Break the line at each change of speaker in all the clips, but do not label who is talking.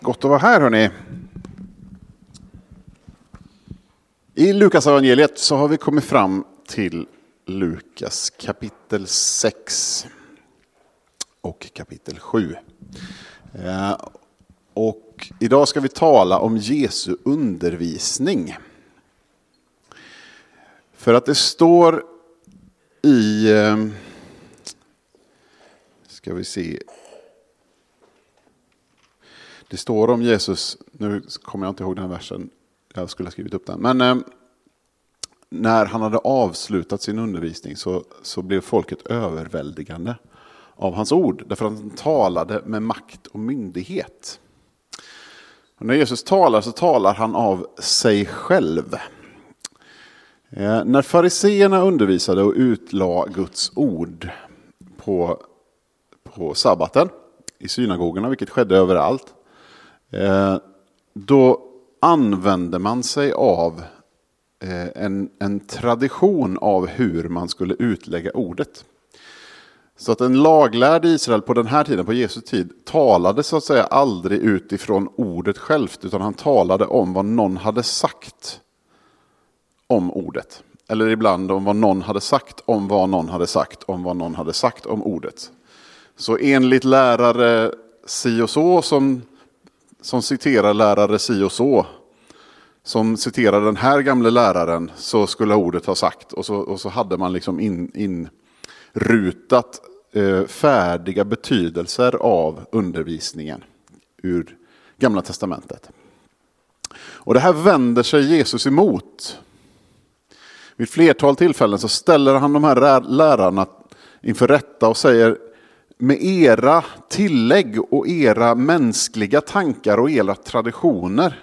Gott att vara här, hörni. I Lukas evangeliet så har vi kommit fram till Lukas kapitel 6 och kapitel 7. Och idag ska vi tala om Jesu undervisning. För att det står i, ska vi se, det står om Jesus, nu kommer jag inte ihåg den här versen, jag skulle ha skrivit upp den. Men när han hade avslutat sin undervisning så blev folket överväldigande av hans ord. Därför att han talade med makt och myndighet. Och när Jesus talar så talar han av sig själv. När fariseerna undervisade och utlade Guds ord på sabbaten i synagogorna, vilket skedde överallt, då använde man sig av en tradition av hur man skulle utlägga ordet. Så att en laglärd i Israel på den här tiden, på Jesu tid, talade så att säga aldrig utifrån ordet självt, utan han talade om vad någon hade sagt om ordet. Eller ibland om vad någon hade sagt om vad någon hade sagt om vad någon hade sagt om ordet. Så enligt lärare si och så som citerar lärare si och så, som citerar den här gamla läraren, så skulle ordet ha sagt. Och så hade man liksom inrutat färdiga betydelser av undervisningen ur Gamla testamentet. Och det här vänder sig Jesus emot. Vid flertal tillfällen så ställer han de här lärarna inför rätta och säger: med era tillägg och era mänskliga tankar och era traditioner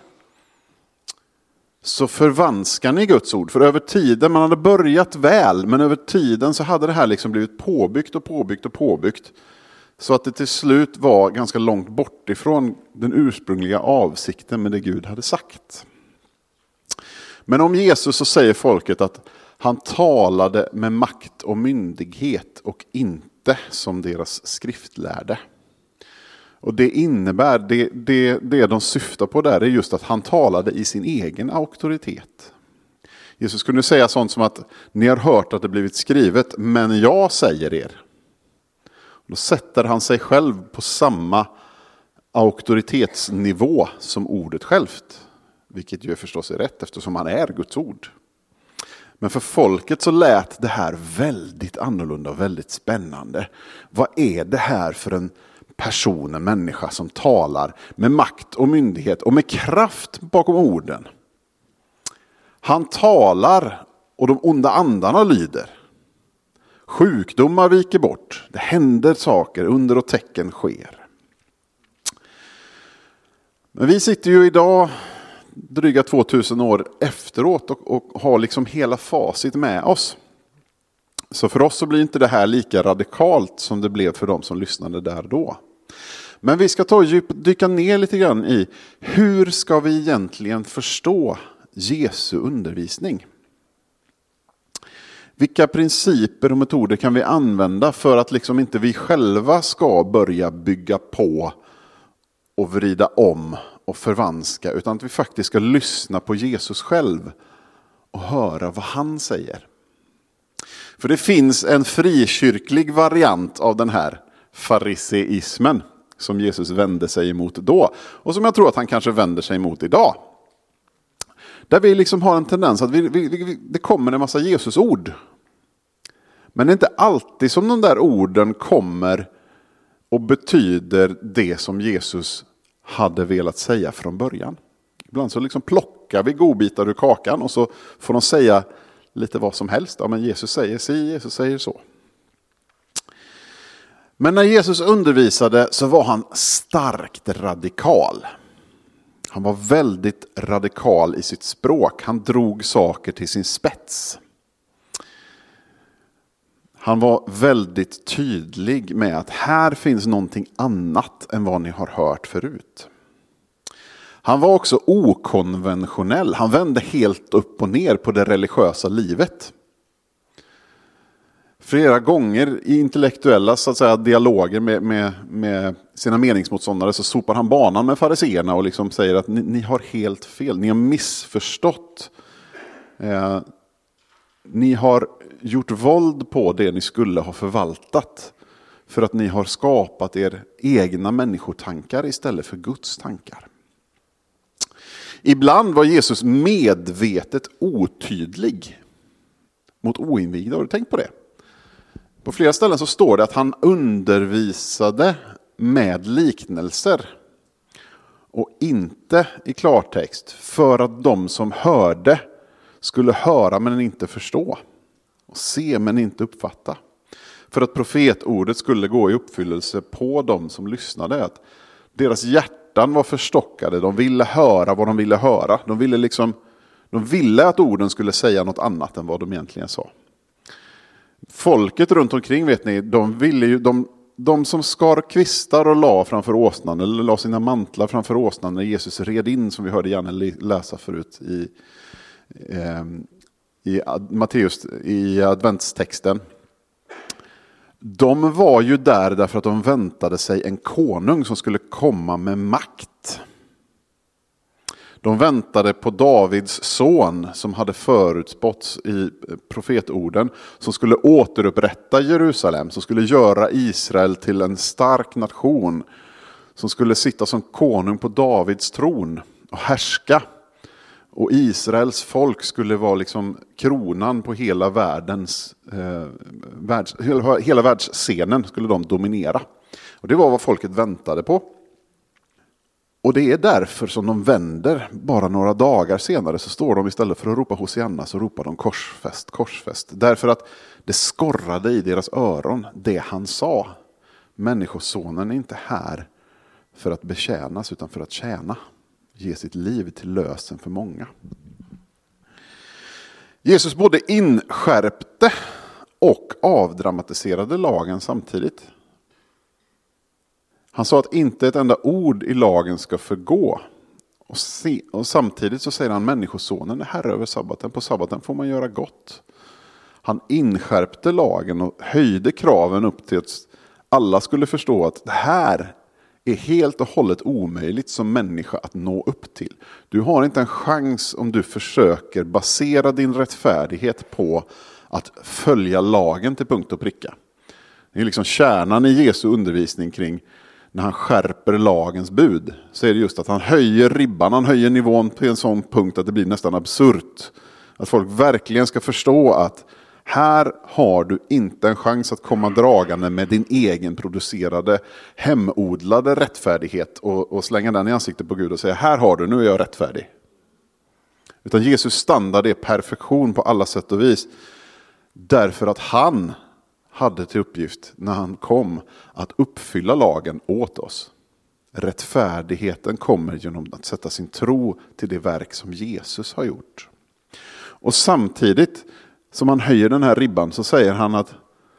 så förvanskar ni Guds ord. För över tiden, man hade börjat väl, men över tiden så hade det här liksom blivit påbyggt. Så att det till slut var ganska långt bort ifrån den ursprungliga avsikten med det Gud hade sagt. Men om Jesus så säger folket att han talade med makt och myndighet och inte som deras skriftlärde. Och det innebär, det de syftar på där är just att han talade i sin egen auktoritet. Jesus kunde säga sånt som att ni har hört att det blivit skrivet, men jag säger er. Då sätter han sig själv på samma auktoritetsnivå som ordet självt. Vilket ju förstås är rätt eftersom han är Guds ord. Men för folket så lät det här väldigt annorlunda och väldigt spännande. Vad är det här för en person, en människa som talar med makt och myndighet och med kraft bakom orden? Han talar och de onda andarna lyder. Sjukdomar viker bort. Det händer saker, under och tecken sker. Men vi sitter ju idag dryga 2000 år efteråt och har liksom hela facit med oss. Så för oss så blir inte det här lika radikalt som det blev för de som lyssnade där då. Men vi ska ta och dyka ner lite grann i hur ska vi egentligen förstå Jesu undervisning? Vilka principer och metoder kan vi använda för att liksom inte vi själva ska börja bygga på och vrida om och förvanska, utan att vi faktiskt ska lyssna på Jesus själv och höra vad han säger. För det finns en frikyrklig variant av den här fariseismen som Jesus vände sig emot då och som jag tror att han kanske vänder sig emot idag. Där vi liksom har en tendens att det kommer en massa Jesus-ord. Men det är inte alltid som de där orden kommer och betyder det som Jesus hade velat säga från början. Ibland så liksom plockar vi godbitar ur kakan och så får de säga lite vad som helst. Ja, men Jesus säger si, Jesus säger så. Men när Jesus undervisade så var han starkt radikal. Han var väldigt radikal i sitt språk. Han drog saker till sin spets. Han var väldigt tydlig med att här finns någonting annat än vad ni har hört förut. Han var också okonventionell. Han vände helt upp och ner på det religiösa livet. Flera gånger i intellektuella så att säga, dialoger med sina meningsmotståndare så sopar han banan med fariseerna och liksom säger att ni har helt fel, ni har missförstått. Ni har gjort våld på det ni skulle ha förvaltat för att ni har skapat er egna människotankar istället för Guds tankar. Ibland var Jesus medvetet otydlig mot oinvigda. Har du tänkt på det? På flera ställen så står det att han undervisade med liknelser och inte i klartext för att de som hörde skulle höra men inte förstå och se men inte uppfatta. För att profetordet skulle gå i uppfyllelse på dem som lyssnade. Att deras hjärtan var förstockade, de ville höra vad de ville höra. De ville att orden skulle säga något annat än vad de egentligen sa. Folket runt omkring, vet ni, de som skar kvistar och la framför åsnan eller la sina mantlar framför åsnan när Jesus red in, som vi hörde Janne läsa förut i Matteus i adventstexten. De var ju där därför att de väntade sig en konung som skulle komma med makt. De väntade på Davids son som hade förutspåtts i profetorden, som skulle återupprätta Jerusalem, som skulle göra Israel till en stark nation, som skulle sitta som konung på Davids tron och härska. Och Israels folk skulle vara liksom kronan på hela hela världsscenen skulle de dominera. Och det var vad folket väntade på. Och det är därför som de vänder bara några dagar senare, så står de istället för att ropa Hosianna så ropar de korsfäst, korsfäst. Därför att det skorrade i deras öron det han sa. Människosonen är inte här för att betjänas utan för att tjäna. Ge sitt liv till lösen för många. Jesus både inskärpte och avdramatiserade lagen samtidigt. Han sa att inte ett enda ord i lagen ska förgå. Och samtidigt så säger han människosonen är herre över sabbaten. På sabbaten får man göra gott. Han inskärpte lagen och höjde kraven upp till att alla skulle förstå att det här är helt och hållet omöjligt som människa att nå upp till. Du har inte en chans om du försöker basera din rättfärdighet på att följa lagen till punkt och pricka. Det är liksom kärnan i Jesu undervisning kring när han skärper lagens bud. Så är det just att han höjer ribban, han höjer nivån på en sån punkt att det blir nästan absurt. Att folk verkligen ska förstå att här har du inte en chans att komma dragande med din egen producerade, hemodlade rättfärdighet och slänga den i ansiktet på Gud och säga här har du, nu är jag rättfärdig. Utan Jesus standard är perfektion på alla sätt och vis. Därför att han hade till uppgift när han kom att uppfylla lagen åt oss. Rättfärdigheten kommer genom att sätta sin tro till det verk som Jesus har gjort. Och samtidigt som han höjer den här ribban så säger han att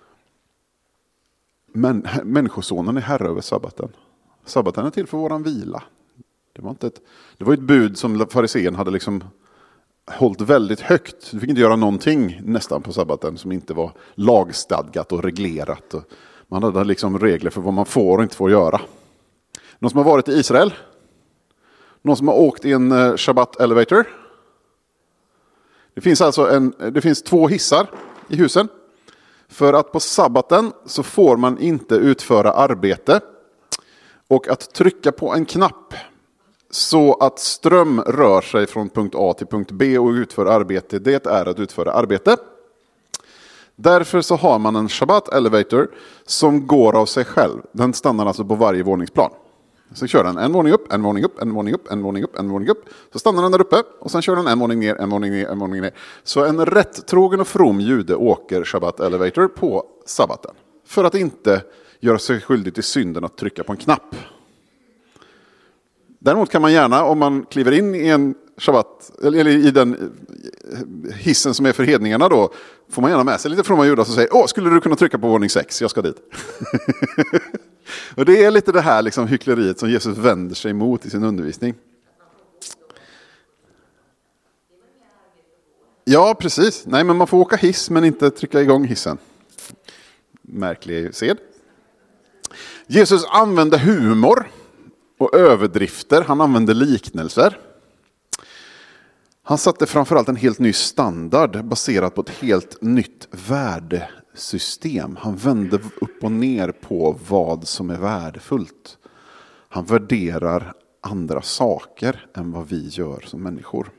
människosonen är herre över sabbaten. Sabbaten är till för våran vila. Det var ett bud som farisén hade liksom hållit väldigt högt. Du fick inte göra någonting nästan på sabbaten som inte var lagstadgat och reglerat. Och man hade liksom regler för vad man får och inte får göra. Någon som har varit i Israel? Någon som har åkt i en Shabbat elevator? Det finns 2 hissar i husen. För att på sabbaten så får man inte utföra arbete. Och att trycka på en knapp så att ström rör sig från punkt A till punkt B och utför arbete, det är att utföra arbete. Därför så har man en Shabbat elevator som går av sig själv. Den stannar alltså på varje våningsplan. Så kör den en våning upp, en våning upp, en våning upp, en våning upp, en våning upp. Så stannar den där uppe och sen kör den en våning ner, en våning ner, en våning ner. Så en rätttrogen och from jude åker Shabbat elevator på sabbaten. För att inte göra sig skyldig till synden att trycka på en knapp. Däremot kan man gärna, om man kliver in i en Shabbat, eller i den hissen som är för hedningarna då, får man gärna med sig lite fromma judar som säger, skulle du kunna trycka på våning 6? Jag ska dit. Och det är lite det här liksom hyckleriet som Jesus vänder sig mot i sin undervisning. Ja, precis. Nej, men man får åka hiss men inte trycka igång hissen. märklig sed. Jesus använde humor och överdrifter. Han använde liknelser. Han satte framförallt en helt ny standard baserat på ett helt nytt värdesystem. Han vände upp och ner på vad som är värdefullt. Han värderar andra saker än vad vi gör som människor.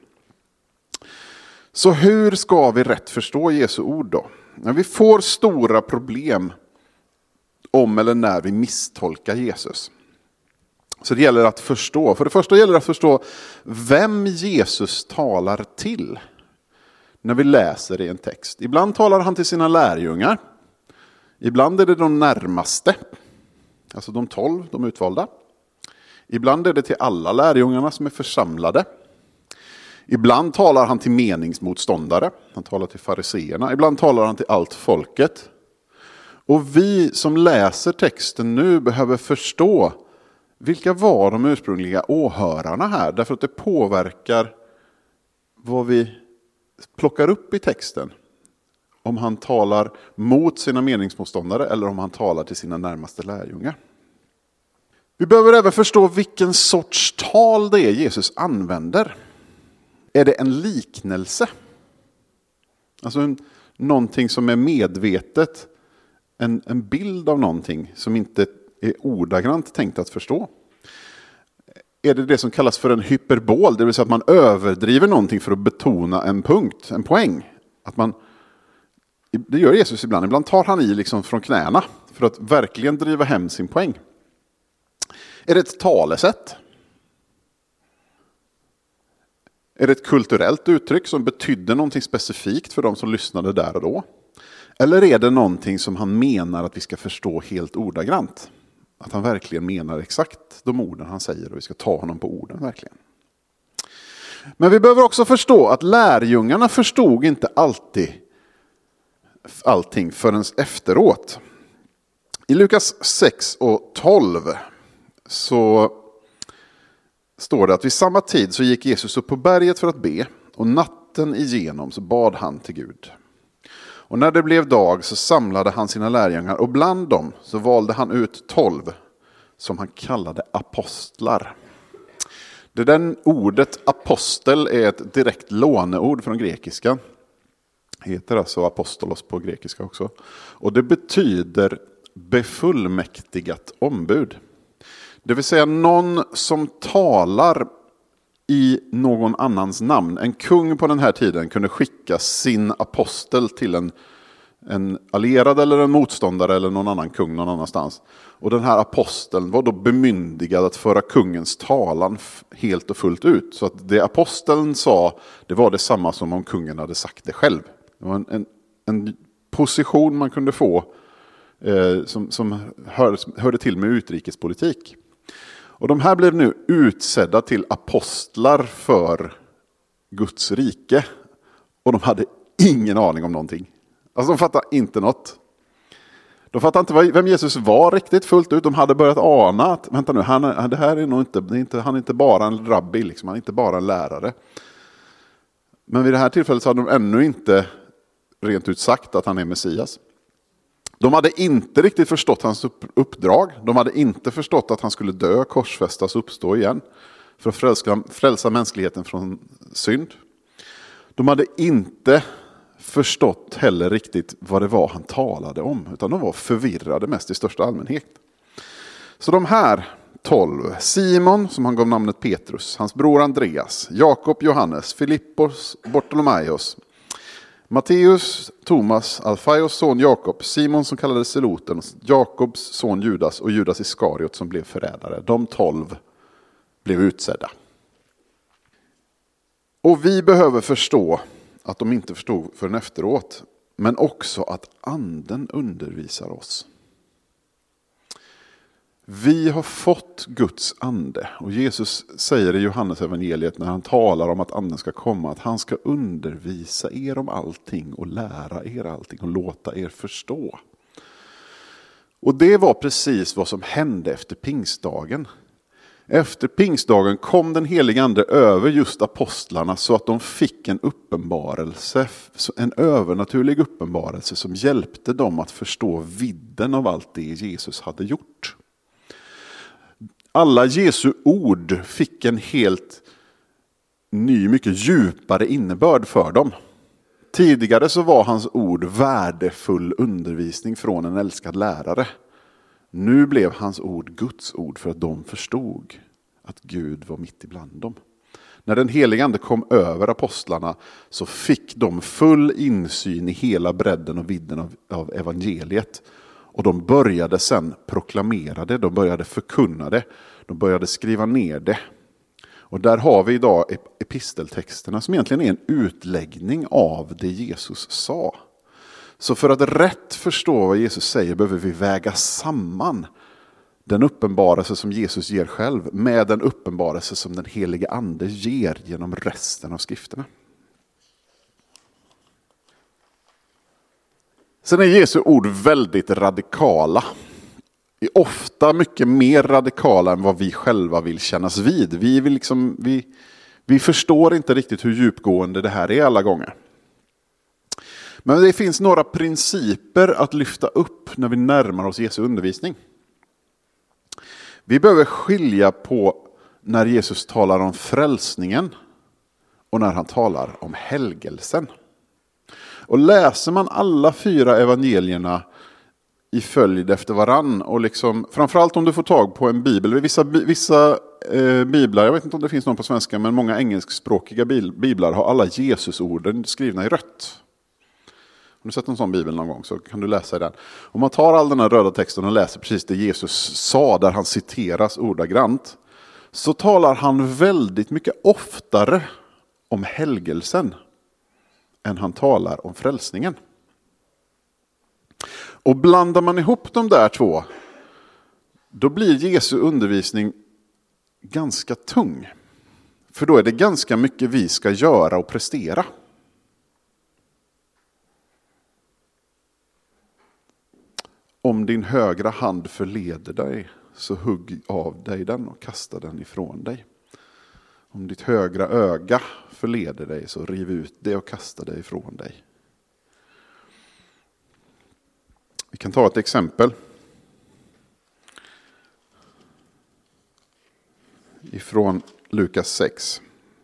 Så hur ska vi rätt förstå Jesu ord då? När vi får stora problem om eller när vi misstolkar Jesus. Så det gäller att förstå. För det första gäller det att förstå vem Jesus talar till när vi läser i en text. Ibland talar han till sina lärjungar. Ibland är det de närmaste. Alltså de 12, de utvalda. Ibland är det till alla lärjungarna som är församlade. Ibland talar han till meningsmotståndare. Han talar till fariseerna. Ibland talar han till allt folket. Och vi som läser texten nu behöver förstå vilka var de ursprungliga åhörarna här. Därför att det påverkar vad vi plockar upp i texten. Om han talar mot sina meningsmotståndare eller om han talar till sina närmaste lärjungar. Vi behöver även förstå vilken sorts tal det är Jesus använder. Är det en liknelse? Alltså någonting som är medvetet. En bild av någonting som inte är ordagrant tänkt att förstå. Är det som kallas för en hyperbol, det vill säga att man överdriver någonting för att betona en punkt, en poäng. Det gör Jesus ibland. Ibland tar han i liksom från knäna för att verkligen driva hem sin poäng. Är det ett talesätt? Är det ett kulturellt uttryck som betydde någonting specifikt för de som lyssnade där och då? Eller är det någonting som han menar att vi ska förstå helt ordagrant? Att han verkligen menar exakt de orden han säger och vi ska ta honom på orden verkligen. Men vi behöver också förstå att lärjungarna förstod inte alltid allting förrän efteråt. I Lukas 6 och 12 så står det att vid samma tid så gick Jesus upp på berget för att be och natten igenom så bad han till Gud. Och när det blev dag så samlade han sina lärjungar och bland dem så valde han ut 12 som han kallade apostlar. Det där ordet apostel är ett direkt låneord från grekiska. Det heter alltså apostolos på grekiska också. Och det betyder befullmäktigat ombud. Det vill säga någon som talar i någon annans namn. En kung på den här tiden kunde skicka sin apostel till en allierad eller en motståndare eller någon annan kung någon annanstans. Och den här aposteln var då bemyndigad att föra kungens talan helt och fullt ut. Så att det aposteln sa, det var detsamma som om kungen hade sagt det själv. Det var en position man kunde få som hörde till med utrikespolitik. Och de här blev nu utsedda till apostlar för Guds rike. Och de hade ingen aning om någonting. Alltså de fattade inte något. De fattade inte vem Jesus var riktigt fullt ut. De hade börjat ana att vänta nu, han är inte bara en rabbi, liksom, han är inte bara en lärare. Men vid det här tillfället så hade de ännu inte rent ut sagt att han är Messias. De hade inte riktigt förstått hans uppdrag. De hade inte förstått att han skulle dö, korsfästas och uppstå igen. För att frälsa mänskligheten från synd. De hade inte förstått heller riktigt vad det var han talade om. Utan de var förvirrade mest i största allmänhet. Så de här 12, Simon som han gav namnet Petrus, hans bror Andreas, Jakob, Johannes, Filippos, Bartolomaios, Matteus, Thomas, Alfaios son Jakob, Simon som kallades Zeloten, Jakobs son Judas och Judas Iskariot som blev förrädare. De 12 blev utsedda. Och vi behöver förstå att de inte förstod förrän efteråt, men också att anden undervisar oss. Vi har fått Guds ande och Jesus säger i Johannes evangeliet när han talar om att anden ska komma att han ska undervisa er om allting och lära er allting och låta er förstå. Och det var precis vad som hände efter pingstdagen. Efter pingstdagen kom den helige ande över just apostlarna så att de fick en uppenbarelse, en övernaturlig uppenbarelse som hjälpte dem att förstå vidden av allt det Jesus hade gjort. Alla Jesu ord fick en helt ny, mycket djupare innebörd för dem. Tidigare så var hans ord värdefull undervisning från en älskad lärare. Nu blev hans ord Guds ord för att de förstod att Gud var mitt ibland dem. När den helige ande kom över apostlarna så fick de full insyn i hela bredden och vidden av evangeliet. Och de började sedan proklamera det, de började förkunna det, de började skriva ner det. Och där har vi idag episteltexterna som egentligen är en utläggning av det Jesus sa. Så för att rätt förstå vad Jesus säger behöver vi väga samman den uppenbarelse som Jesus ger själv med den uppenbarelse som den helige ande ger genom resten av skrifterna. Sen är Jesu ord väldigt radikala. Är ofta mycket mer radikala än vad vi själva vill kännas vid. Vi förstår inte riktigt hur djupgående det här är alla gånger. Men det finns några principer att lyfta upp när vi närmar oss Jesu undervisning. Vi behöver skilja på när Jesus talar om frälsningen och när han talar om helgelsen. Och läser man alla 4 evangelierna i följd efter varann och framförallt om du får tag på en bibel. Vissa biblar, jag vet inte om det finns någon på svenska, men många engelskspråkiga biblar har alla Jesusorden skrivna i rött. Om du sett en sån bibel någon gång så kan du läsa i den. Om man tar all den här röda texten och läser precis det Jesus sa där han citeras ordagrant, så talar han väldigt mycket oftare om helgelsen än han talar om frälsningen. Och blandar man ihop de där två, då blir Jesu undervisning ganska tung. För då är det ganska mycket vi ska göra och prestera. Om din högra hand förleder dig, så hugg av dig den och kasta den ifrån dig. Om ditt högra öga förleder dig, så riv ut det och kasta det ifrån dig. Vi kan ta ett exempel. Ifrån Lukas 6.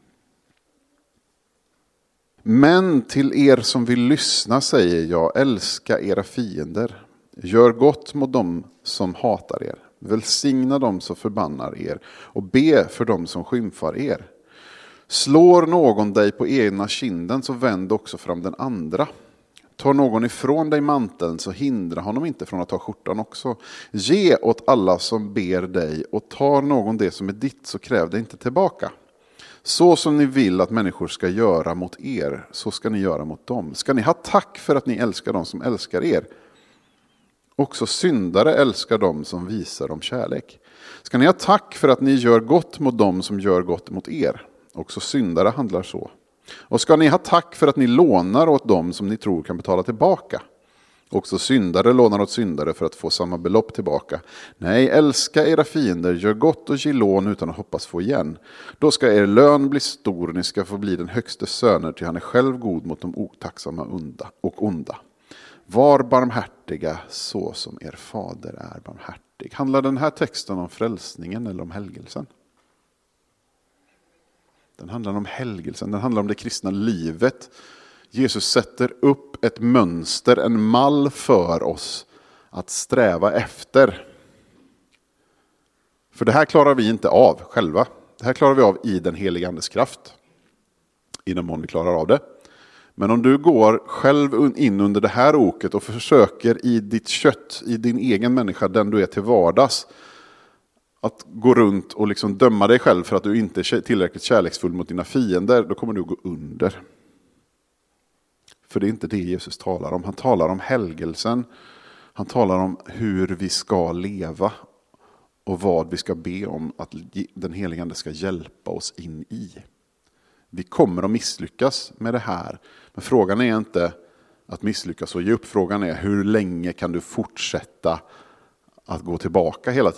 Men till er som vill lyssna säger jag, älska era fiender. Gör gott mot dem som hatar er. Välsigna dem som förbannar er. Och be för dem som skymfar er. Slår någon dig på ena kinden, så vänd också fram den andra. Tar någon ifrån dig manteln, så hindra honom inte från att ta skjortan också. Ge åt alla som ber dig, och tar någon det som är ditt, så kräv det inte tillbaka. Så som ni vill att människor ska göra mot er, så ska ni göra mot dem. Ska ni ha tack för att ni älskar dem som älskar er? Också syndare älskar dem som visar dem kärlek. Ska ni ha tack för att ni gör gott mot dem som gör gott mot er? Också syndare handlar så. Och ska ni ha tack för att ni lånar åt dem som ni tror kan betala tillbaka? Också syndare lånar åt syndare för att få samma belopp tillbaka. Nej, älska era fiender, gör gott och ge lån utan att hoppas få igen. Då ska er lön bli stor, ni ska få bli den högste söner, till han är själv god mot de otacksamma och onda. Var barmhärtiga så som er fader är barmhärtig. Handlar den här texten om frälsningen eller om helgelsen? Den handlar om helgelsen, den handlar om det kristna livet. Jesus sätter upp ett mönster, en mall för oss att sträva efter. För det här klarar vi inte av själva. Det här klarar vi av i den heliga andes kraft. I den mån vi klarar av det. Men om du går själv in under det här oket och försöker i ditt kött, i din egen människa, den du är till vardags, att gå runt och döma dig själv för att du inte är tillräckligt kärleksfull mot dina fiender, då kommer du gå under. För det är inte det Jesus talar om. Han talar om helgelsen. Han talar om hur vi ska leva och vad vi ska be om att den helige ande ska hjälpa oss in i. Vi kommer att misslyckas med det här. Men frågan är inte att misslyckas och ge upp. Frågan är hur länge kan du fortsätta att gå tillbaka hela tiden.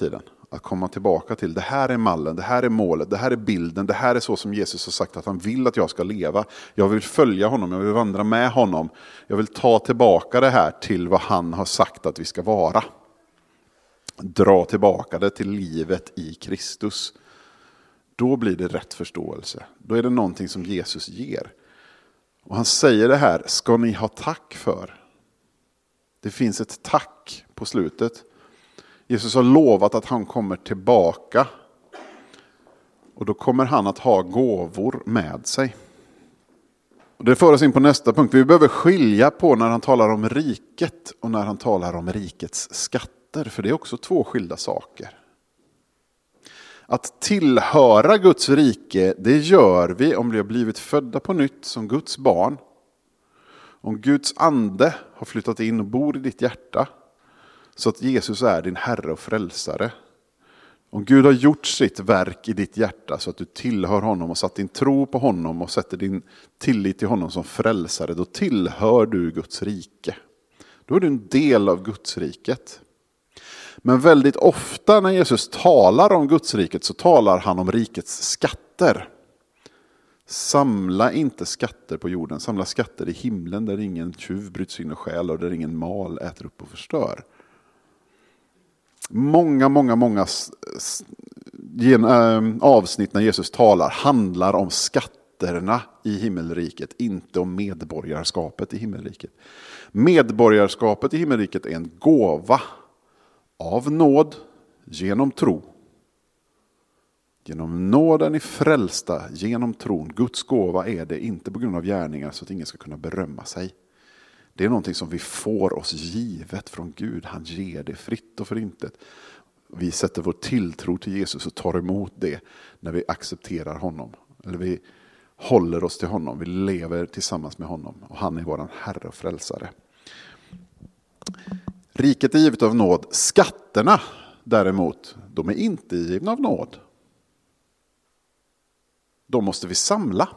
att komma tillbaka till. Det här är mallen, det här är målet, det här är bilden, det här är så som Jesus har sagt att han vill att jag ska leva. Jag vill följa honom, jag vill vandra med honom. Jag vill ta tillbaka det här till vad han har sagt att vi ska vara. Dra tillbaka det till livet i Kristus. Då blir det rätt förståelse. Då är det någonting som Jesus ger. Och han säger det här, ska ni ha tack för. Det finns ett tack på slutet. Jesus har lovat att han kommer tillbaka. Och då kommer han att ha gåvor med sig. Och det för oss in på nästa punkt. Vi behöver skilja på när han talar om riket och när han talar om rikets skatter. För det är också två skilda saker. Att tillhöra Guds rike, det gör vi om vi har blivit födda på nytt som Guds barn. Om Guds ande har flyttat in och bor i ditt hjärta. Så att Jesus är din Herre och frälsare. Om Gud har gjort sitt verk i ditt hjärta så att du tillhör honom och satt din tro på honom och sätter din tillit till honom som frälsare. Då tillhör du Guds rike. Då är du en del av Guds riket. Men väldigt ofta när Jesus talar om Guds riket så talar han om rikets skatter. Samla inte skatter på jorden, samla skatter i himlen där ingen tjuv bryts in och stjäl och där ingen mal äter upp och förstör. Många avsnitt när Jesus talar handlar om skatterna i himmelriket, inte om medborgarskapet i himmelriket. Medborgarskapet i himmelriket är en gåva av nåd genom tro. Genom nåden är frälsta, genom tron. Guds gåva är det, inte på grund av gärningar så att ingen ska kunna berömma sig. Det är någonting som vi får oss givet från Gud. Han ger det fritt och förintet. Vi sätter vår tilltro till Jesus och tar emot det när vi accepterar honom. Eller vi håller oss till honom. Vi lever tillsammans med honom. Och han är vår Herre och frälsare. Riket är givet av nåd. Skatterna däremot, de är inte givna av nåd. De måste vi samla.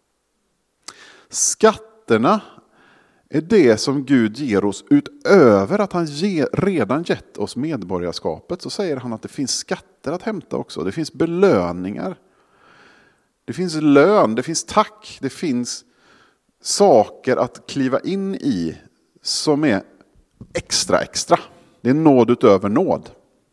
Skatterna är det som Gud ger oss utöver att han redan gett oss medborgarskapet. Så säger han att det finns skatter att hämta också. Det finns belöningar. Det finns lön, det finns tack. Det finns saker att kliva in i som är extra. Det är nåd utöver nåd.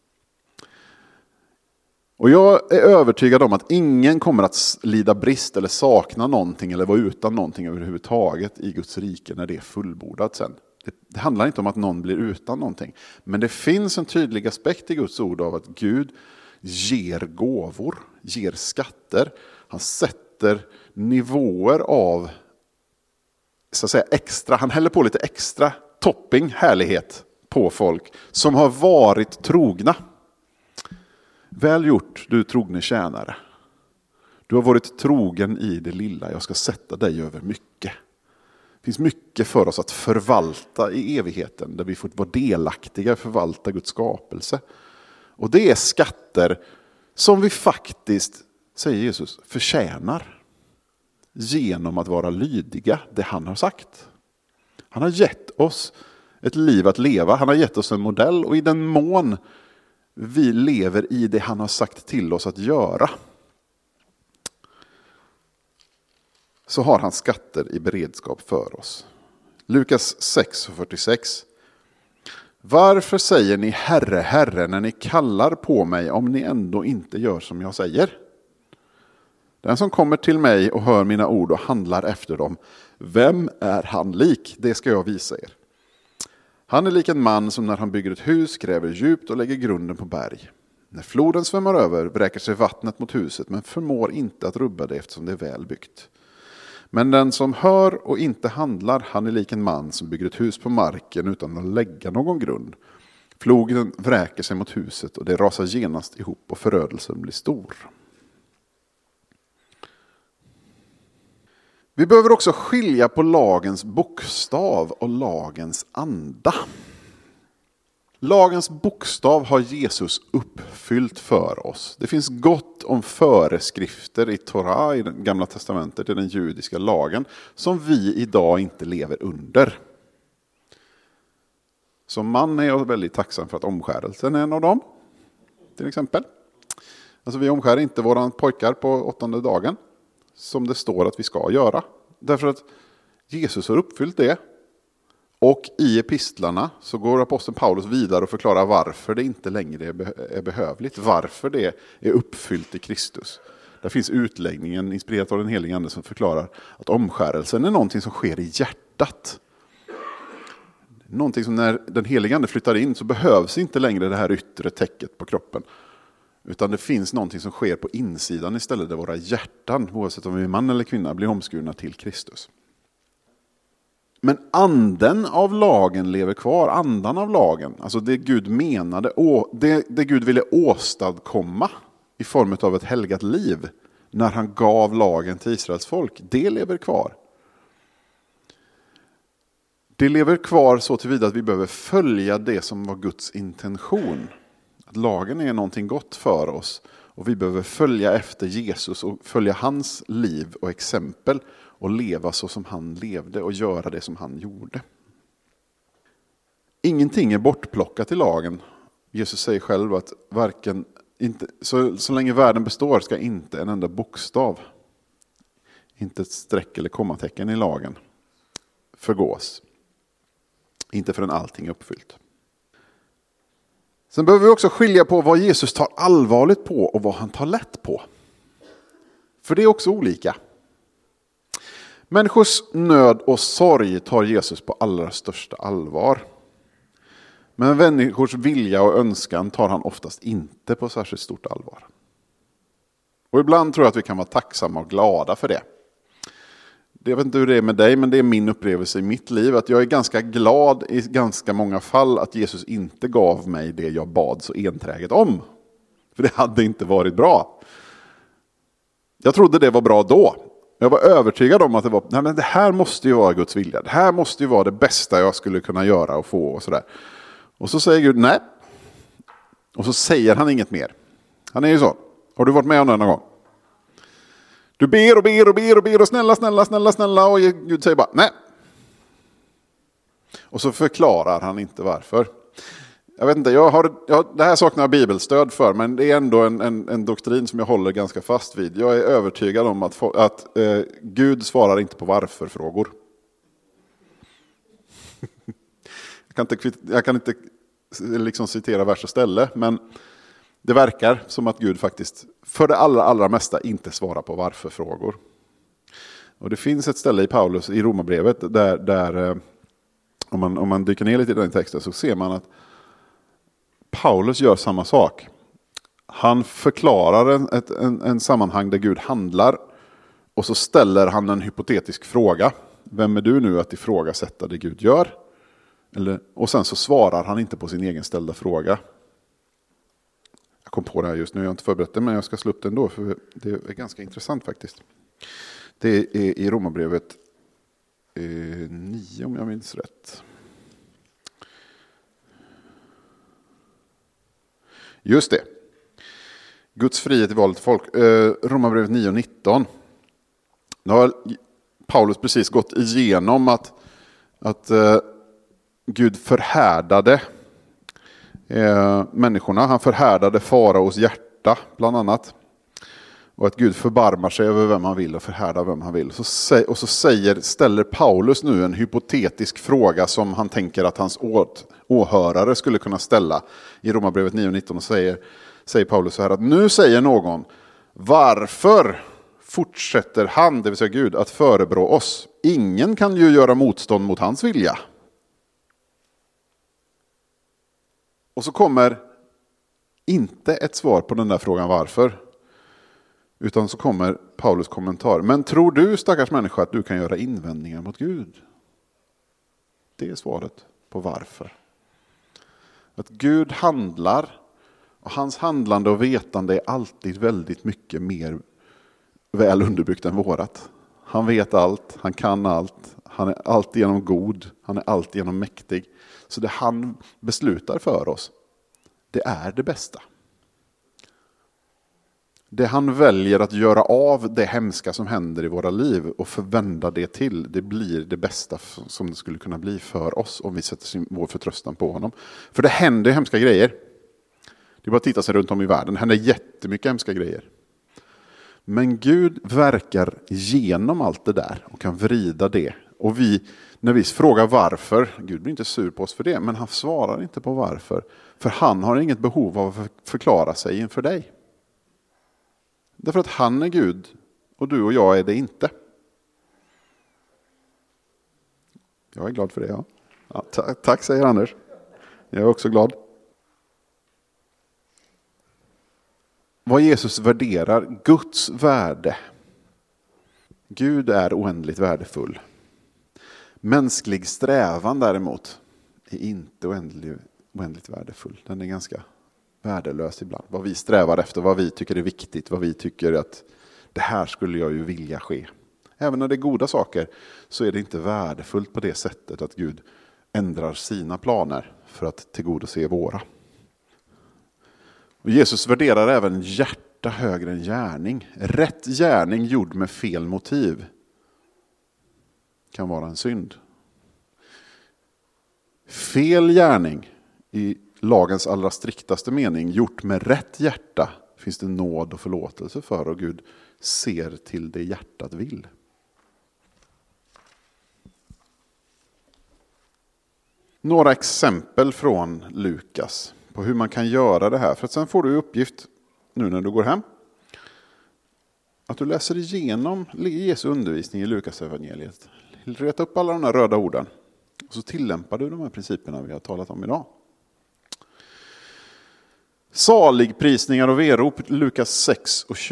Och jag är övertygad om att ingen kommer att lida brist eller sakna någonting eller vara utan någonting överhuvudtaget i Guds rike när det är fullbordat sen. Det handlar inte om att någon blir utan någonting. Men det finns en tydlig aspekt i Guds ord av att Gud ger gåvor, ger skatter. Han sätter nivåer av så att säga extra, han häller på lite extra topping, härlighet på folk som har varit trogna. Väl gjort, du trogne tjänare. Du har varit trogen i det lilla. Jag ska sätta dig över mycket. Det finns mycket för oss att förvalta i evigheten. Där vi får vara delaktiga, förvalta Guds skapelse. Och det är skatter som vi faktiskt, säger Jesus, förtjänar. Genom att vara lydiga det han har sagt. Han har gett oss ett liv att leva. Han har gett oss en modell. Och i den mån vi lever i det han har sagt till oss att göra, så har han skatter i beredskap för oss. Lukas 6:46. Varför säger ni Herre, Herre när ni kallar på mig om ni ändå inte gör som jag säger? Den som kommer till mig och hör mina ord och handlar efter dem, vem är han lik? Det ska jag visa er. Han är lik en man som när han bygger ett hus gräver djupt och lägger grunden på berg. När floden svämmar över vräker sig vattnet mot huset men förmår inte att rubba det eftersom det är väl byggt. Men den som hör och inte handlar, han är lik en man som bygger ett hus på marken utan att lägga någon grund. Floden vräker sig mot huset och det rasar genast ihop och förödelsen blir stor. Vi behöver också skilja på lagens bokstav och lagens anda. Lagens bokstav har Jesus uppfyllt för oss. Det finns gott om föreskrifter i Torah, i det gamla testamentet, i den judiska lagen, som vi idag inte lever under. Som man är jag väldigt tacksam för att omskärelsen är en av dem. till exempel. Alltså vi omskär inte våra pojkar på 8:e dagen, som det står att vi ska göra. Därför att Jesus har uppfyllt det. Och i epistlarna så går aposteln Paulus vidare och förklarar varför det inte längre är behövligt. Varför det är uppfyllt i Kristus. Där finns utläggningen inspirerat av den helige Ande som förklarar att omskärelsen är någonting som sker i hjärtat. Någonting som när den helige Ande flyttar in så behövs inte längre det här yttre täcket på kroppen. Utan det finns någonting som sker på insidan istället, där våra hjärtan, oavsett om vi är man eller kvinna, blir omskurna till Kristus. Men anden av lagen lever kvar, andan av lagen, alltså det Gud menade, det Gud ville åstadkomma i form av ett helgat liv när han gav lagen till Israels folk, det lever kvar. Det lever kvar så tillvida att vi behöver följa det som var Guds intention. Att lagen är någonting gott för oss och vi behöver följa efter Jesus och följa hans liv och exempel och leva så som han levde och göra det som han gjorde. Ingenting är bortplockat i lagen. Jesus säger själv att så länge världen består ska inte en enda bokstav, inte ett streck eller kommatecken i lagen förgås. Inte förrän allting är uppfyllt. Sen behöver vi också skilja på vad Jesus tar allvarligt på och vad han tar lätt på. För det är också olika. Människors nöd och sorg tar Jesus på allra största allvar. Men människors vilja och önskan tar han oftast inte på särskilt stort allvar. Och ibland tror jag att vi kan vara tacksamma och glada för det. Jag vet inte hur det är med dig, men det är min upplevelse i mitt liv. Att jag är ganska glad i ganska många fall att Jesus inte gav mig det jag bad så enträget om. För det hade inte varit bra. Jag trodde det var bra då. Jag var övertygad om att det här måste ju vara Guds vilja. Det här måste ju vara det bästa jag skulle kunna göra och få och sådär. Och så säger Gud nej. Och så säger han inget mer. Han är ju så. Har du varit med om det någon gång? Du ber och ber och ber och ber och snälla och Gud säger bara nej. Och så förklarar han inte varför. Jag vet inte, det här saknar jag bibelstöd för, men det är ändå en doktrin som jag håller ganska fast vid. Jag är övertygad om att Gud svarar inte på varför-frågor. Jag kan inte liksom citera vers och ställe, men det verkar som att Gud faktiskt för det allra mesta inte svarar på varför-frågor. Och det finns ett ställe i Paulus i Romarbrevet där om man dyker ner lite i den texten så ser man att Paulus gör samma sak. Han förklarar en sammanhang där Gud handlar och så ställer han en hypotetisk fråga. Vem är du nu att ifrågasätta det Gud gör? Och sen så svarar han inte på sin egen ställda fråga. Jag kom på det här just nu, jag har inte förberett det, men jag ska slå upp det ändå för det är ganska intressant faktiskt. Det är i Romarbrevet 9 om jag minns rätt. Just det. Guds frihet i valet folk. Romarbrevet 9:19. Nu har Paulus precis gått igenom att Gud förhärdade människorna. Han förhärdade faraos hjärta bland annat. Och att Gud förbarmar sig över vem han vill och förhärdar vem han vill. Och så ställer Paulus nu en hypotetisk fråga som han tänker att hans åhörare skulle kunna ställa. I Romarbrevet 9:19 och säger Paulus så här att nu säger någon: varför fortsätter han, det vill säga Gud, att förebrå oss? Ingen kan ju göra motstånd mot hans vilja. Och så kommer inte ett svar på den där frågan varför. Utan så kommer Paulus kommentar. Men tror du, stackars människa, att du kan göra invändningar mot Gud? Det är svaret på varför. Att Gud handlar och hans handlande och vetande är alltid väldigt mycket mer väl underbyggt än vårat. Han vet allt, han kan allt, han är alltigenom god, han är alltigenom mäktig. Så det han beslutar för oss, det är det bästa. Det han väljer att göra av det hemska som händer i våra liv och förvända det till, det blir det bästa som det skulle kunna bli för oss om vi sätter vår förtröstan på honom. För det händer hemska grejer. Det är bara att titta sig runt om i världen. Det händer jättemycket hemska grejer. Men Gud verkar genom allt det där och kan vrida det. Och när vi frågar varför, Gud blir inte sur på oss för det, men han svarar inte på varför. För han har inget behov av att förklara sig inför dig. Därför att han är Gud och du och jag är det inte. Jag är glad för det, ja. Tack säger Anders. Jag är också glad. Vad Jesus värderar, Guds värde. Gud är oändligt värdefull. Mänsklig strävan däremot är inte oändligt värdefull. Den är ganska värdelös ibland. Vad vi strävar efter, vad vi tycker är viktigt, vad vi tycker att det här skulle jag ju vilja ske. Även när det är goda saker så är det inte värdefullt på det sättet att Gud ändrar sina planer för att tillgodose våra. Och Jesus värderar även hjärta högre än gärning. Rätt gärning gjord med fel motiv kan vara en synd. Fel gärning i lagens allra striktaste mening gjort med rätt hjärta finns det nåd och förlåtelse för, och Gud ser till det hjärtat vill. Några exempel från Lukas på hur man kan göra det här. För att sen får du uppgift nu när du går hem att du läser igenom Jesu undervisning i Lukas evangeliet. Rätta upp alla de här röda orden. Och så tillämpar du de här principerna vi har talat om idag. Saligprisningar och verop, Lukas 6 och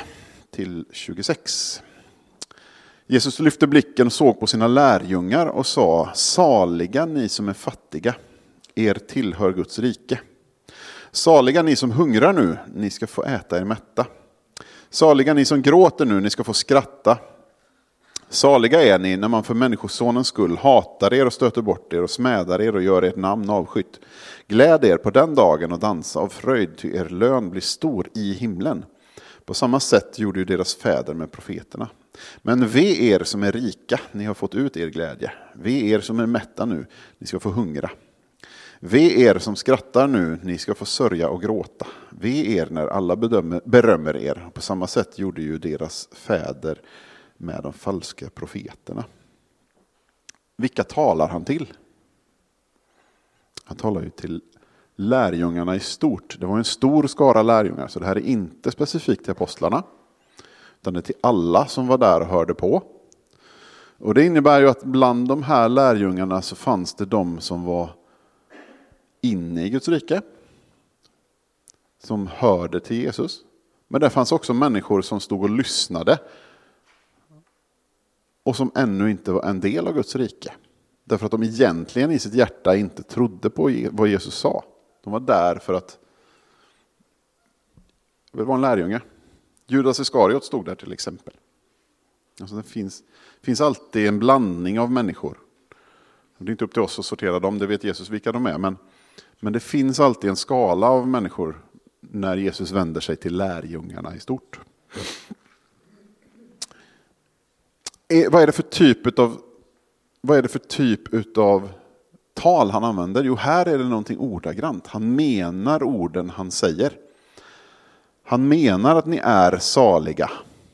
20-26. Jesus lyfte blicken och såg på sina lärjungar och sa: saliga ni som är fattiga, er tillhör Guds rike. Saliga ni som hungrar nu, ni ska få äta er mätta. Saliga ni som gråter nu, ni ska få skratta. Saliga är ni när man för människosonens skull hatar er och stöter bort er och smädar er och gör ert namn avskytt. Gläd er på den dagen och dansa av fröjd, ty er lön blir stor i himlen. På samma sätt gjorde ju deras fäder med profeterna. Men ve er som är rika, ni har fått ut er glädje. Ve er som är mätta nu, ni ska få hungra. Ve er som skrattar nu, ni ska få sörja och gråta. Ve er när alla berömmer er. På samma sätt gjorde ju deras fäder med de falska profeterna. Vilka talar han till? Han talar ju till lärjungarna i stort. Det var en stor skara lärjungar, så det här är inte specifikt till apostlarna, utan det är till alla som var där och hörde på. Och det innebär ju att bland de här lärjungarna så fanns det de som var inne i Guds rike, som hörde till Jesus. Men det fanns också människor som stod och lyssnade och som ännu inte var en del av Guds rike. Därför att de egentligen i sitt hjärta inte trodde på vad Jesus sa. De var där för att det var en lärjunge. Judas Iskariot stod där till exempel. Alltså det finns alltid en blandning av människor. Det är inte upp till oss att sortera dem, det vet Jesus vilka de är. Men det finns alltid en skala av människor när Jesus vänder sig till lärjungarna i stort. Vad är det för typ av tal han använder? Jo, här är det någonting ordagrant. Han menar orden han säger. Han menar att ni är saliga.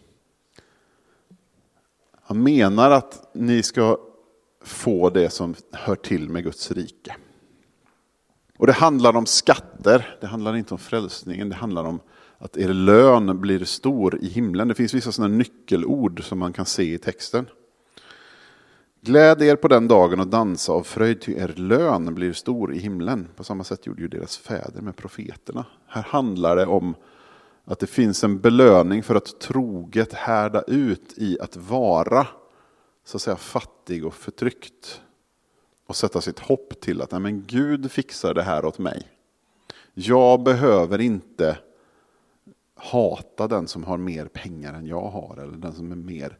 Han menar att ni ska få det som hör till med Guds rike. Och det handlar om skatter. Det handlar inte om frälsningen. Det handlar om att er lön blir stor i himlen. Det finns vissa sådana nyckelord som man kan se i texten. Gläd er på den dagen och dansa av fröjd, ty er lön blir stor i himlen. På samma sätt gjorde ju deras fäder med profeterna. Här handlar det om att det finns en belöning för att troget härda ut i att vara så att säga fattig och förtryckt. Och sätta sitt hopp till att nej, men Gud fixar det här åt mig. Jag behöver inte hata den som har mer pengar än jag har. Eller den som är mer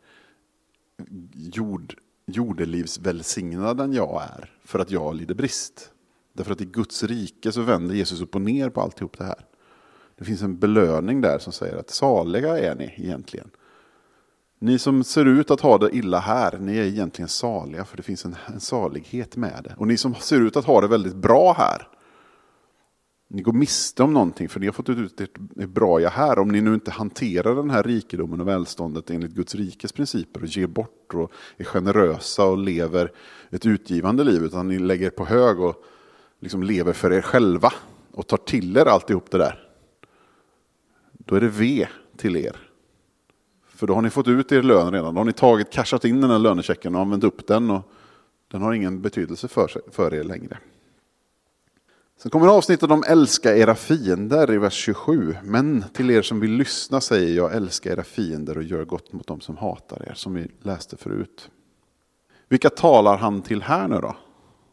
jordelivsvälsignad än jag är. För att jag lider brist. Därför att i Guds rike så vänder Jesus upp och ner på alltihop det här. Det finns en belöning där som säger att saliga är ni egentligen. Ni som ser ut att ha det illa här, ni är egentligen saliga, för det finns en salighet med det. Och ni som ser ut att ha det väldigt bra här, Ni går miste om någonting för ni har fått ut ett bra jag här. Om ni nu inte hanterar den här rikedomen och välståndet enligt Guds rikes principer och ger bort och är generösa och lever ett utgivande liv, utan ni lägger på hög och liksom lever för er själva och tar till er alltihop det där. Då är det ve till er. För då har ni fått ut er lön redan. Då har ni cashat in den här lönechecken och använt upp den, och den har ingen betydelse för er längre. Sen kommer avsnittet om älska era fiender i vers 27. Men till er som vill lyssna säger jag, älska era fiender och gör gott mot dem som hatar er, som vi läste förut. Vilka talar han till här nu då?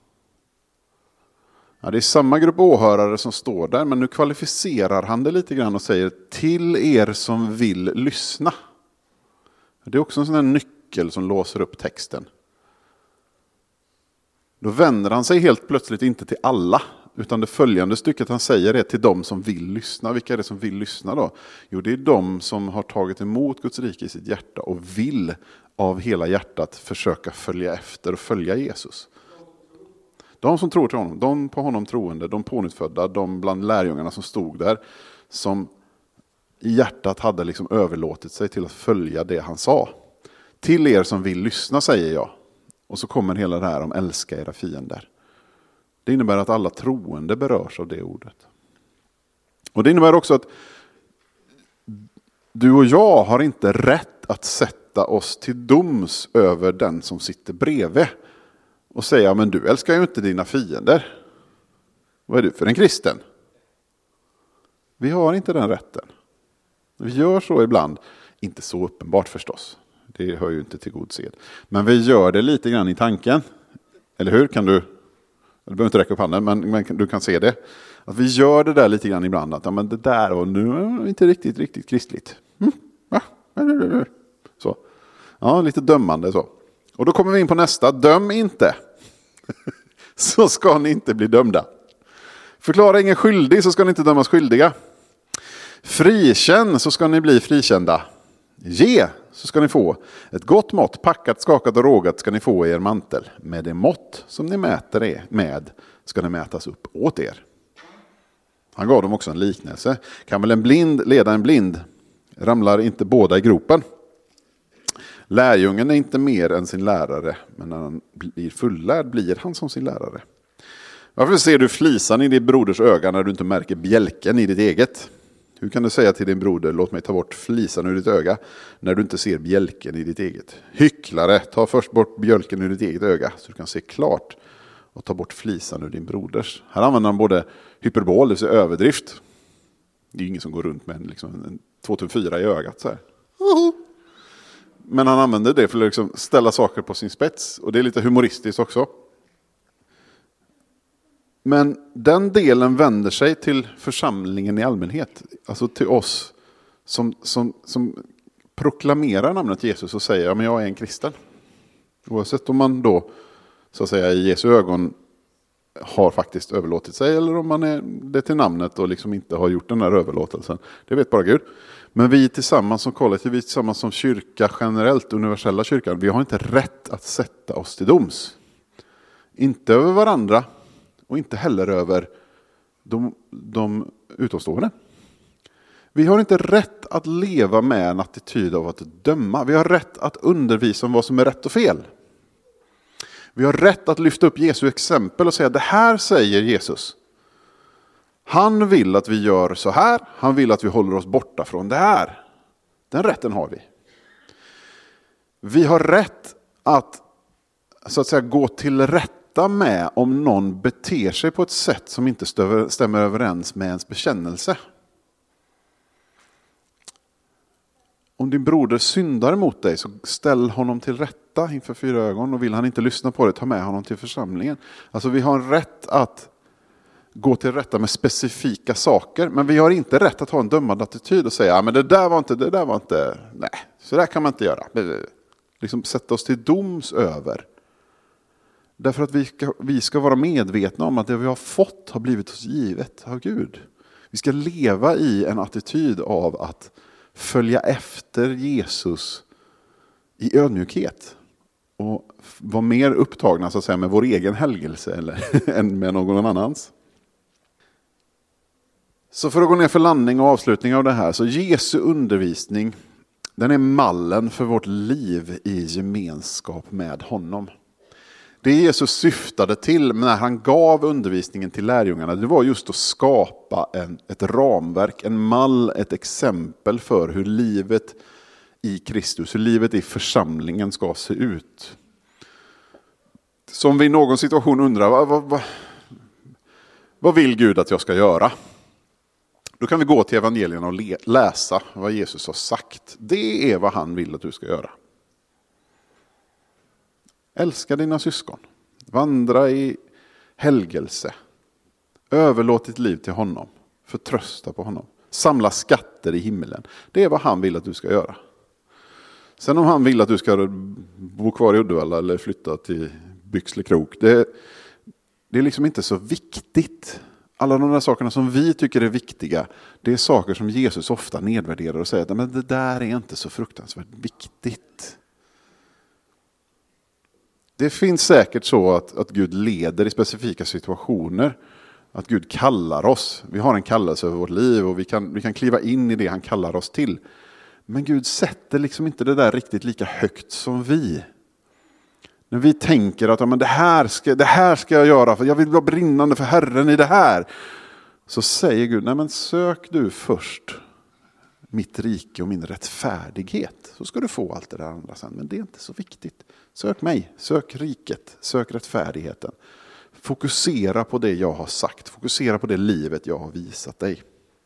Ja, det är samma grupp åhörare som står där, men nu kvalificerar han det lite grann och säger till er som vill lyssna. Det är också en sån här nyckel som låser upp texten. Då vänder han sig helt plötsligt inte till alla, utan det följande stycket han säger är till dem som vill lyssna. Vilka är det som vill lyssna då? Jo, det är de som har tagit emot Guds rike i sitt hjärta och vill av hela hjärtat försöka följa efter och följa Jesus. De som tror till honom, de på honom troende, de pånyttfödda, de bland lärjungarna som stod där, som i hjärtat hade liksom överlåtit sig till att följa det han sa. Till er som vill lyssna säger jag. Och så kommer hela det här om älska era fiender. Det innebär att alla troende berörs av det ordet. Och det innebär också att du och jag har inte rätt att sätta oss till doms över den som sitter bredvid. Och säga, men du älskar ju inte dina fiender. Vad är du för en kristen? Vi har inte den rätten. Vi gör så ibland. Inte så uppenbart förstås. Det hör ju inte till god sed. Men vi gör det lite grann i tanken. Eller hur? Kan du behöver inte räcka upp handen, men du kan se det. Att vi gör det där lite grann ibland. Att ja, men det där och nu är inte riktigt kristligt. Så. Ja, lite dömande så. Och då kommer vi in på nästa. Döm inte. Så ska ni inte bli dömda. Förklara ingen skyldig så ska ni inte dömas skyldiga. Frikänn så ska ni bli frikända. Ge så ska ni få. Ett gott mått, packat, skakat och rågat ska ni få i er mantel. Med det mått som ni mäter er med ska ni mätas upp åt er. Han gav dem också en liknelse. Kan väl en blind leda en blind? Ramlar inte båda i gropen? Lärjungen är inte mer än sin lärare, men när han blir fullärd blir han som sin lärare. Varför ser du flisan i din broders öga när du inte märker bjälken i ditt eget? Hur kan du säga till din broder, låt mig ta bort flisan ur ditt öga, när du inte ser bjälken i ditt eget? Hycklare, ta först bort bjälken ur ditt eget öga, så du kan se klart, och ta bort flisan ur din broders. Här använder han både hyperbol, det vill säga överdrift. Det är ju ingen som går runt med en 2004 i ögat så här. Men han använder det för att liksom ställa saker på sin spets. Och det är lite humoristiskt också. Men den delen vänder sig till församlingen i allmänhet. Alltså till oss som proklamerar namnet Jesus och säger, ja men jag är en kristen. Oavsett om man då så att säga i Jesu ögon har faktiskt överlåtit sig, eller om man är det till namnet och liksom inte har gjort den här överlåtelsen. Det vet bara Gud. Men vi tillsammans som kollektiv, vi tillsammans som kyrka generellt, universella kyrkan, vi har inte rätt att sätta oss till doms. Inte över varandra och inte heller över de utomstående. Vi har inte rätt att leva med en attityd av att döma. Vi har rätt att undervisa om vad som är rätt och fel. Vi har rätt att lyfta upp Jesu exempel och säga, det här säger Jesus. Han vill att vi gör så här. Han vill att vi håller oss borta från det här. Den rätten har vi. Vi har rätt att så att säga gå till rätta med om någon beter sig på ett sätt som inte stämmer överens med ens bekännelse. Om din broder syndar mot dig, så ställ honom till rätta inför 4 ögon, och vill han inte lyssna på det, ta med honom till församlingen. Alltså vi har en rätt att gå till rätta med specifika saker, men vi har inte rätt att ha en dömande attityd och säga, ja, men det där var inte, nej, så där kan man inte göra. Liksom sätta oss till doms över. Därför att vi ska vara medvetna om att det vi har fått har blivit oss givet av Gud. Vi ska leva i en attityd av att följa efter Jesus i ödmjukhet. Och vara mer upptagna så att säga med vår egen helgelse än med någon annans. Så för att gå ner för landning och avslutning av det här, så Jesu undervisning, den är mallen för vårt liv i gemenskap med honom. Det Jesus syftade till när han gav undervisningen till lärjungarna, det var just att skapa ett ramverk, en mall, ett exempel för hur livet i Kristus, hur livet i församlingen ska se ut. Som vi i någon situation undrar, vad vill Gud att jag ska göra? Då kan vi gå till evangelierna och läsa vad Jesus har sagt. Det är vad han vill att du ska göra. Älska dina syskon. Vandra i helgelse. Överlåt ditt liv till honom. Förtrösta på honom. Samla skatter i himmelen. Det är vad han vill att du ska göra. Sen om han vill att du ska bo kvar i Uddevalla eller flytta till Byxlekrok. Det är liksom inte så viktigt. Alla de där sakerna som vi tycker är viktiga, det är saker som Jesus ofta nedvärderar och säger att det där är inte så fruktansvärt viktigt. Det finns säkert så att Gud leder i specifika situationer. Att Gud kallar oss. Vi har en kallelse över vårt liv och vi kan kliva in i det han kallar oss till. Men Gud sätter liksom inte det där riktigt lika högt som vi. När vi tänker att det här ska jag göra för jag vill vara brinnande för Herren i det här. Så säger Gud, nej men sök du först mitt rike och min rättfärdighet. Så ska du få allt det där andra sen. Men det är inte så viktigt. Sök mig, sök riket, sök rättfärdigheten. Fokusera på det jag har sagt. Fokusera på det livet jag har visat dig.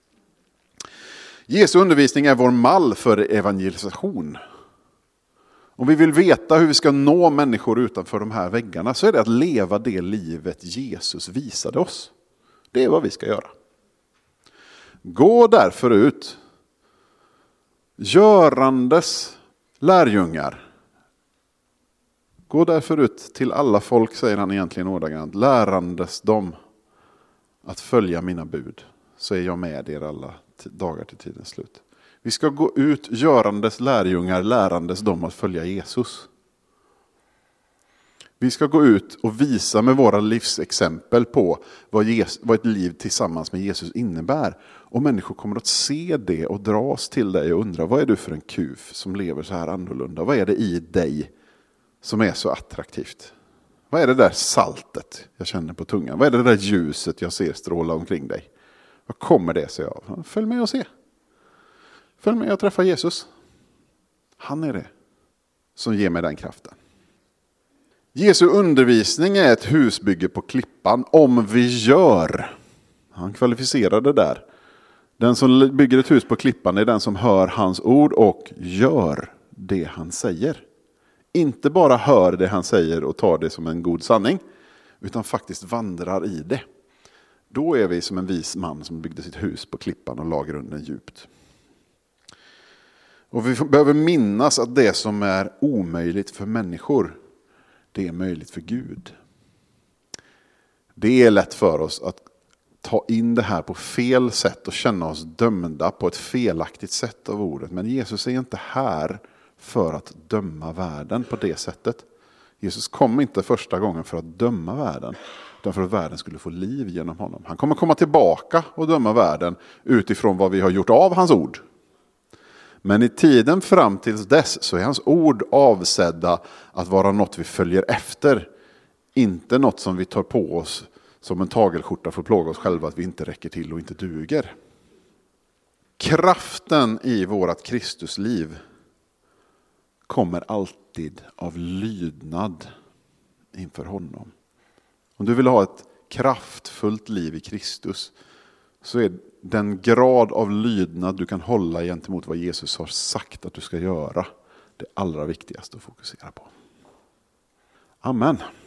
Jesu undervisning är vår mall för evangelisation. Om vi vill veta hur vi ska nå människor utanför de här väggarna så är det att leva det livet Jesus visade oss. Det är vad vi ska göra. Gå därför ut. Görandes lärjungar. Gå därför ut till alla folk, säger han egentligen ordagrant. Lärandes dem att följa mina bud. Så är jag med er alla dagar till tidens slut. Vi ska gå ut görandes lärjungar, lärandes dem att följa Jesus. Vi ska gå ut och visa med våra livsexempel på vad ett liv tillsammans med Jesus innebär. Och människor kommer att se det och dras till dig och undra, vad är du för en kuf som lever så här annorlunda? Vad är det i dig som är så attraktivt? Vad är det där saltet jag känner på tungan? Vad är det där ljuset jag ser stråla omkring dig? Vad kommer det sig av? Följ med och se. Följ med och träffa Jesus. Han är det som ger mig den kraften. Jesu undervisning är ett husbygge på klippan om vi gör. Han kvalificerade där. Den som bygger ett hus på klippan är den som hör hans ord och gör det han säger. Inte bara hör det han säger och tar det som en god sanning, utan faktiskt vandrar i det. Då är vi som en vis man som byggde sitt hus på klippan och la grunden djupt. Och vi behöver minnas att det som är omöjligt för människor, det är möjligt för Gud. Det är lätt för oss att ta in det här på fel sätt och känna oss dömda på ett felaktigt sätt av ordet. Men Jesus är inte här för att döma världen på det sättet. Jesus kom inte första gången för att döma världen, utan för att världen skulle få liv genom honom. Han kommer komma tillbaka och döma världen utifrån vad vi har gjort av hans ord. Men i tiden fram till dess så är hans ord avsedda att vara något vi följer efter. Inte något som vi tar på oss som en tagelskjorta för att plåga oss själva att vi inte räcker till och inte duger. Kraften i vårat Kristusliv kommer alltid av lydnad inför honom. Om du vill ha ett kraftfullt liv i Kristus så är den grad av lydnad du kan hålla gentemot vad Jesus har sagt att du ska göra det allra viktigaste att fokusera på. Amen.